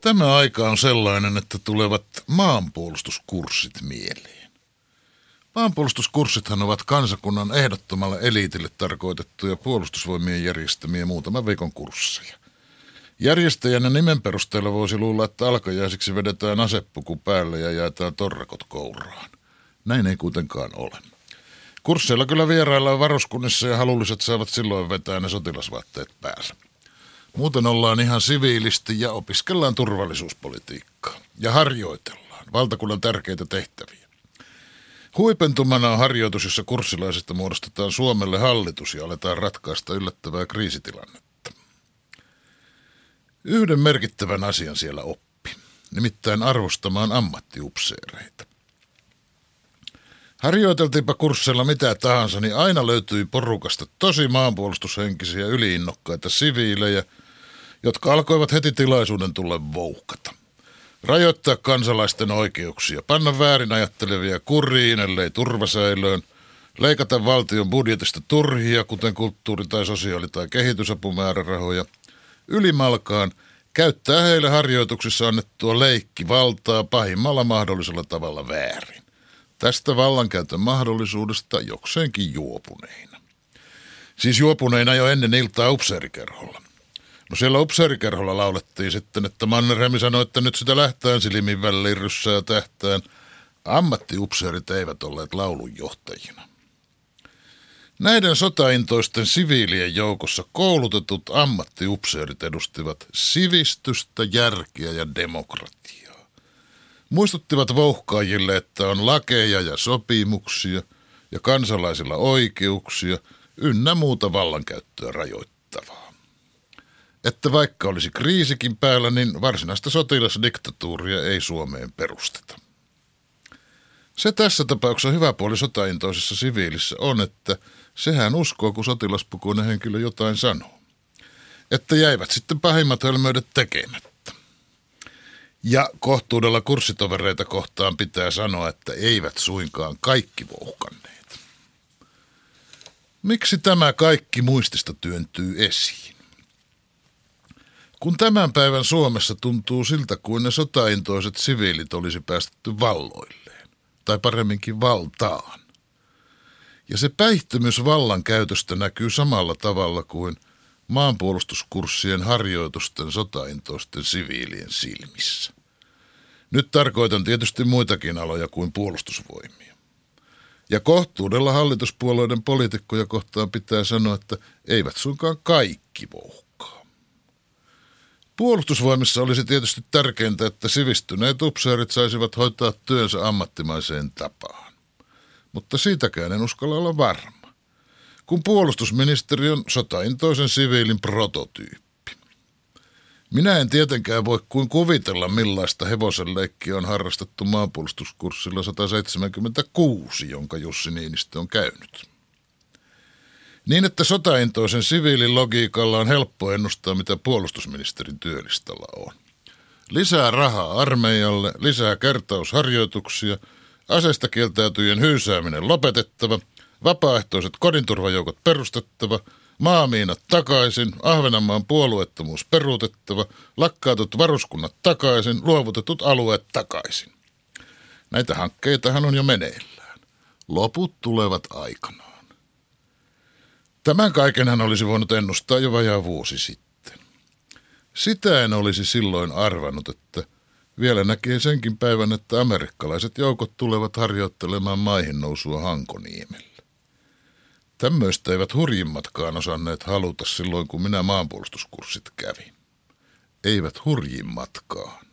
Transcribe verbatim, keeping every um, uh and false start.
Tämä aika on sellainen, että tulevat maanpuolustuskurssit mieleen. Maanpuolustuskurssithan ovat kansakunnan ehdottomalle eliitille tarkoitettuja puolustusvoimien järjestämiä muutaman viikon kursseja. Järjestäjän ja nimen perusteella voisi luulla, että alkajaisiksi vedetään asepuku päälle ja jaetaan torrakot kouraan. Näin ei kuitenkaan ole. Kursseilla kyllä vieraillaan varuskunnissa ja halulliset saavat silloin vetää ne sotilasvaatteet päällä. Muuten ollaan ihan siviilisti ja opiskellaan turvallisuuspolitiikkaa ja harjoitellaan valtakunnan tärkeitä tehtäviä. Huipentumana on harjoitus, jossa kurssilaisista muodostetaan Suomelle hallitus ja aletaan ratkaista yllättävää kriisitilannetta. Yhden merkittävän asian siellä oppi, nimittäin arvostamaan ammattiupseereita. Harjoiteltiinpa kursseilla mitä tahansa, niin aina löytyi porukasta tosi maanpuolustushenkisiä yliinnokkaita siviilejä, jotka alkoivat heti tilaisuuden tulla vouhkata. Rajoittaa kansalaisten oikeuksia, panna väärin ajattelevia kuriin, ellei turvasäilöön, leikata valtion budjetista turhia, kuten kulttuuri- tai sosiaali- tai kehitysapumäärärahoja, ylimalkaan käyttää heille harjoituksissa annettua leikkivaltaa pahimmalla mahdollisella tavalla väärin. Tästä vallankäytön mahdollisuudesta jokseenkin juopuneina. Siis juopuneina jo ennen iltaa upseerikerholla. No siellä upseerikerholla laulettiin sitten, että Mannerheim sanoi, että nyt sitä lähtään silmin väliin ryssää ja tähtään. Ammattiupseerit eivät olleet laulunjohtajina. Näiden sotaintoisten siviilien joukossa koulutetut ammattiupseerit edustivat sivistystä, järkeä ja demokratiaa. Muistuttivat vouhkaajille, että on lakeja ja sopimuksia ja kansalaisilla oikeuksia ynnä muuta vallankäyttöä rajoittavaa. Että vaikka olisi kriisikin päällä, niin varsinaista sotilasdiktatuuria ei Suomeen perusteta. Se tässä tapauksessa hyvä puoli sotaintoisessa siviilissä on, että sehän uskoo, kun sotilaspukuinen henkilö jotain sanoo. Että jäivät sitten pahimmat hölmöydet tekemättä. Ja kohtuudella kurssitovereita kohtaan pitää sanoa, että eivät suinkaan kaikki vouhkanneet. Miksi tämä kaikki muistista työntyy esiin? Kun tämän päivän Suomessa tuntuu siltä, kuin ne sotaintoiset siviilit olisi päästetty valloilleen, tai paremminkin valtaan. Ja se päihtymys vallankäytöstä näkyy samalla tavalla kuin maanpuolustuskurssien harjoitusten sotaintoisten siviilien silmissä. Nyt tarkoitan tietysti muitakin aloja kuin puolustusvoimia. Ja kohtuudella hallituspuolueiden poliitikkoja kohtaan pitää sanoa, että eivät suinkaan kaikki vouhkaa. Puolustusvoimissa olisi tietysti tärkeintä, että sivistyneet upseerit saisivat hoitaa työnsä ammattimaiseen tapaan. Mutta siitäkään en uskalla olla varma, kun puolustusministeri on sotaintoisen siviilin prototyyppi. Minä en tietenkään voi kuin kuvitella, millaista hevosenleikkiä on harrastettu maanpuolustuskurssilla sata seitsemänkymmentäkuusi, jonka Jussi Niinistö on käynyt. Niin, että sotaintoisen siviilin logiikalla on helppo ennustaa, mitä puolustusministerin työlistalla on. Lisää rahaa armeijalle, lisää kertausharjoituksia, aseista kieltäytyjien hyysääminen lopetettava, vapaaehtoiset kodinturvajoukot perustettava, maamiinat takaisin, Ahvenanmaan puolueettomuus peruutettava, lakkaatut varuskunnat takaisin, luovutetut alueet takaisin. Näitä hankkeitahan on jo meneillään. Loput tulevat aikanaan. Tämän kaikenhan olisi voinut ennustaa jo vajaa vuosi sitten. Sitä en olisi silloin arvannut, että vielä näkee senkin päivän, että amerikkalaiset joukot tulevat harjoittelemaan maihin nousua Hankoniemellä. Tämmöistä eivät hurjimmatkaan osanneet haluta silloin, kun minä maanpuolustuskurssit kävin. Eivät hurjimmatkaan.